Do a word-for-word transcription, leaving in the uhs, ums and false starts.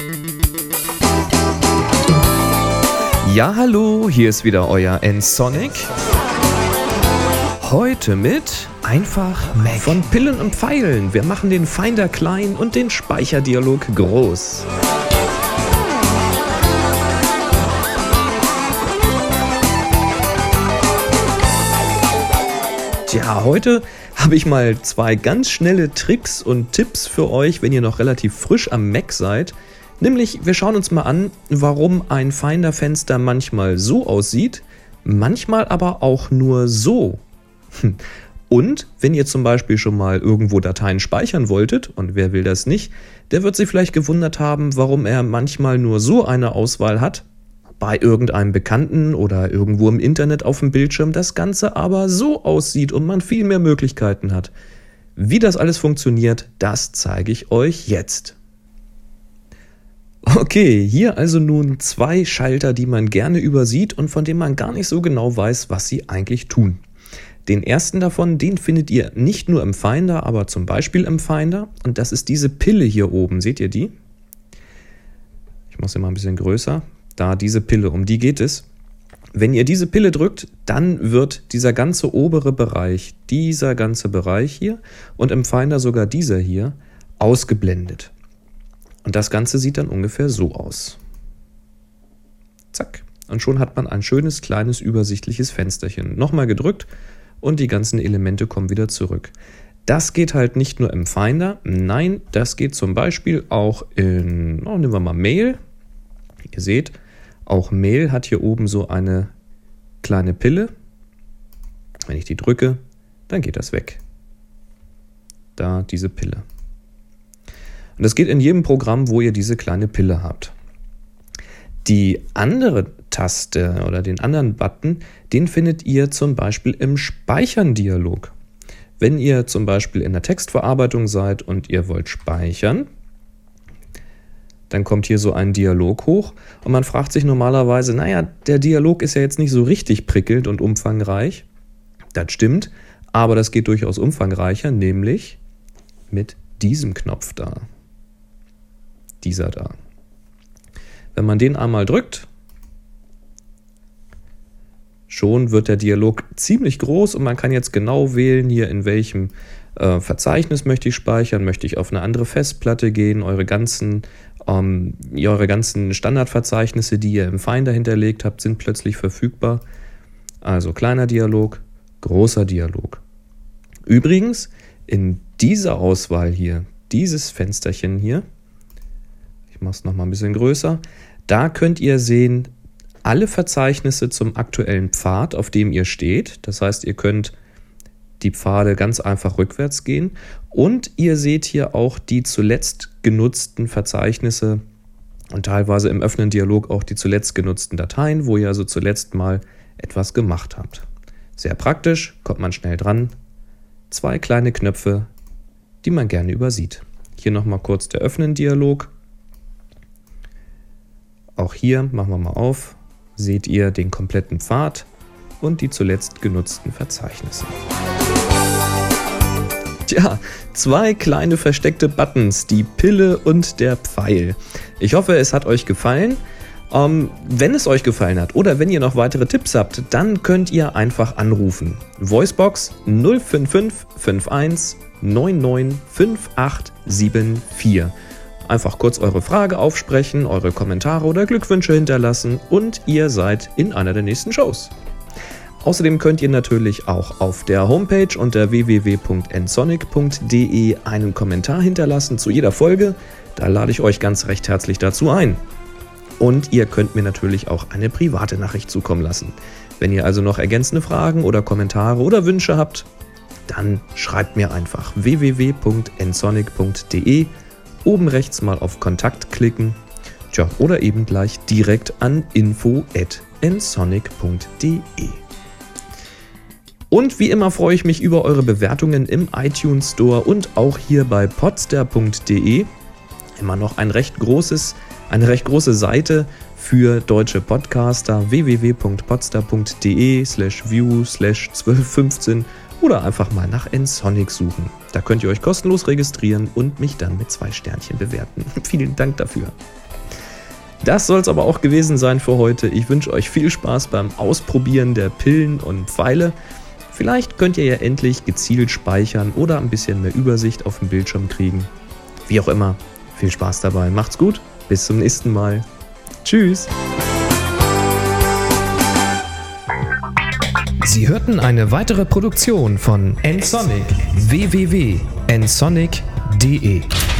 Ja, hallo, hier ist wieder euer N-Sonic. Heute mit einfach Mac. Von Pillen und Pfeilen. Wir machen den Finder klein und den Speicherdialog groß. Tja, heute habe ich mal zwei ganz schnelle Tricks und Tipps für euch, wenn ihr noch relativ frisch am Mac seid. Nämlich, wir schauen uns mal an, warum ein Finder-Fenster manchmal so aussieht, manchmal aber auch nur so. Und wenn ihr zum Beispiel schon mal irgendwo Dateien speichern wolltet, und wer will das nicht, der wird sich vielleicht gewundert haben, warum er manchmal nur so eine Auswahl hat, bei irgendeinem Bekannten oder irgendwo im Internet auf dem Bildschirm das Ganze aber so aussieht und man viel mehr Möglichkeiten hat. Wie das alles funktioniert, das zeige ich euch jetzt. Okay, hier also nun zwei Schalter, die man gerne übersieht und von denen man gar nicht so genau weiß, was sie eigentlich tun. Den ersten davon, den findet ihr nicht nur im Finder, aber zum Beispiel im Finder. Und das ist diese Pille hier oben. Seht ihr die? Ich mache sie mal ein bisschen größer. Da, diese Pille, um die geht es. Wenn ihr diese Pille drückt, dann wird dieser ganze obere Bereich, dieser ganze Bereich hier und im Finder sogar dieser hier, ausgeblendet. Und das Ganze sieht dann ungefähr so aus. Zack. Und schon hat man ein schönes, kleines, übersichtliches Fensterchen. Nochmal gedrückt und die ganzen Elemente kommen wieder zurück. Das geht halt nicht nur im Finder, nein, das geht zum Beispiel auch in, oh, nehmen wir mal Mail. Ihr seht, auch Mail hat hier oben so eine kleine Pille. Wenn ich die drücke, dann geht das weg. Da diese Pille. Und das geht in jedem Programm, wo ihr diese kleine Pille habt. Die andere Taste oder den anderen Button, den findet ihr zum Beispiel im Speichern-Dialog. Wenn ihr zum Beispiel in der Textverarbeitung seid und ihr wollt speichern, dann kommt hier so ein Dialog hoch und man fragt sich normalerweise, naja, der Dialog ist ja jetzt nicht so richtig prickelnd und umfangreich. Das stimmt, aber das geht durchaus umfangreicher, nämlich mit diesem Knopf da. Dieser da. Wenn man den einmal drückt, schon wird der Dialog ziemlich groß und man kann jetzt genau wählen, hier in welchem äh, Verzeichnis möchte ich speichern, möchte ich auf eine andere Festplatte gehen, eure ganzen, ähm, eure ganzen Standardverzeichnisse, die ihr im Finder hinterlegt habt, sind plötzlich verfügbar. Also kleiner Dialog, großer Dialog. Übrigens, in dieser Auswahl hier, dieses Fensterchen hier, ich mache es nochmal ein bisschen größer, da könnt ihr sehen, alle Verzeichnisse zum aktuellen Pfad, auf dem ihr steht. Das heißt, ihr könnt die Pfade ganz einfach rückwärts gehen und ihr seht hier auch die zuletzt genutzten Verzeichnisse und teilweise im offenen Dialog auch die zuletzt genutzten Dateien, wo ihr also zuletzt mal etwas gemacht habt. Sehr praktisch, kommt man schnell dran. Zwei kleine Knöpfe, die man gerne übersieht. Hier nochmal kurz der Öffnen-Dialog. Auch hier machen wir mal auf, seht ihr den kompletten Pfad und die zuletzt genutzten Verzeichnisse. Tja, zwei kleine versteckte Buttons, die Pille und der Pfeil. Ich hoffe, es hat euch gefallen. Ähm, wenn es euch gefallen hat oder wenn ihr noch weitere Tipps habt, dann könnt ihr einfach anrufen. Voicebox null fünf fünf fünf eins neun neun fünf acht sieben vier. Einfach kurz eure Frage aufsprechen, eure Kommentare oder Glückwünsche hinterlassen und ihr seid in einer der nächsten Shows. Außerdem könnt ihr natürlich auch auf der Homepage unter w w w punkt n sonic punkt d e einen Kommentar hinterlassen zu jeder Folge. Da lade ich euch ganz recht herzlich dazu ein. Und ihr könnt mir natürlich auch eine private Nachricht zukommen lassen. Wenn ihr also noch ergänzende Fragen oder Kommentare oder Wünsche habt, dann schreibt mir einfach w w w punkt n sonic punkt d e. Oben rechts mal auf Kontakt klicken, tja, oder eben gleich direkt an info at n sonic punkt d e. Und wie immer freue ich mich über eure Bewertungen im iTunes Store und auch hier bei podster punkt d e. Immer noch ein recht großes, eine recht große Seite für deutsche Podcaster, w w w punkt podster punkt d e slash view slash zwölf fünfzehn oder einfach mal nach N-Sonic suchen. Da könnt ihr euch kostenlos registrieren und mich dann mit zwei Sternchen bewerten. Vielen Dank dafür. Das soll es aber auch gewesen sein für heute. Ich wünsche euch viel Spaß beim Ausprobieren der Pillen und Pfeile. Vielleicht könnt ihr ja endlich gezielt speichern oder ein bisschen mehr Übersicht auf dem Bildschirm kriegen. Wie auch immer, viel Spaß dabei. Macht's gut, bis zum nächsten Mal. Tschüss! Sie hörten eine weitere Produktion von nsonic. w w w punkt nsonic punkt de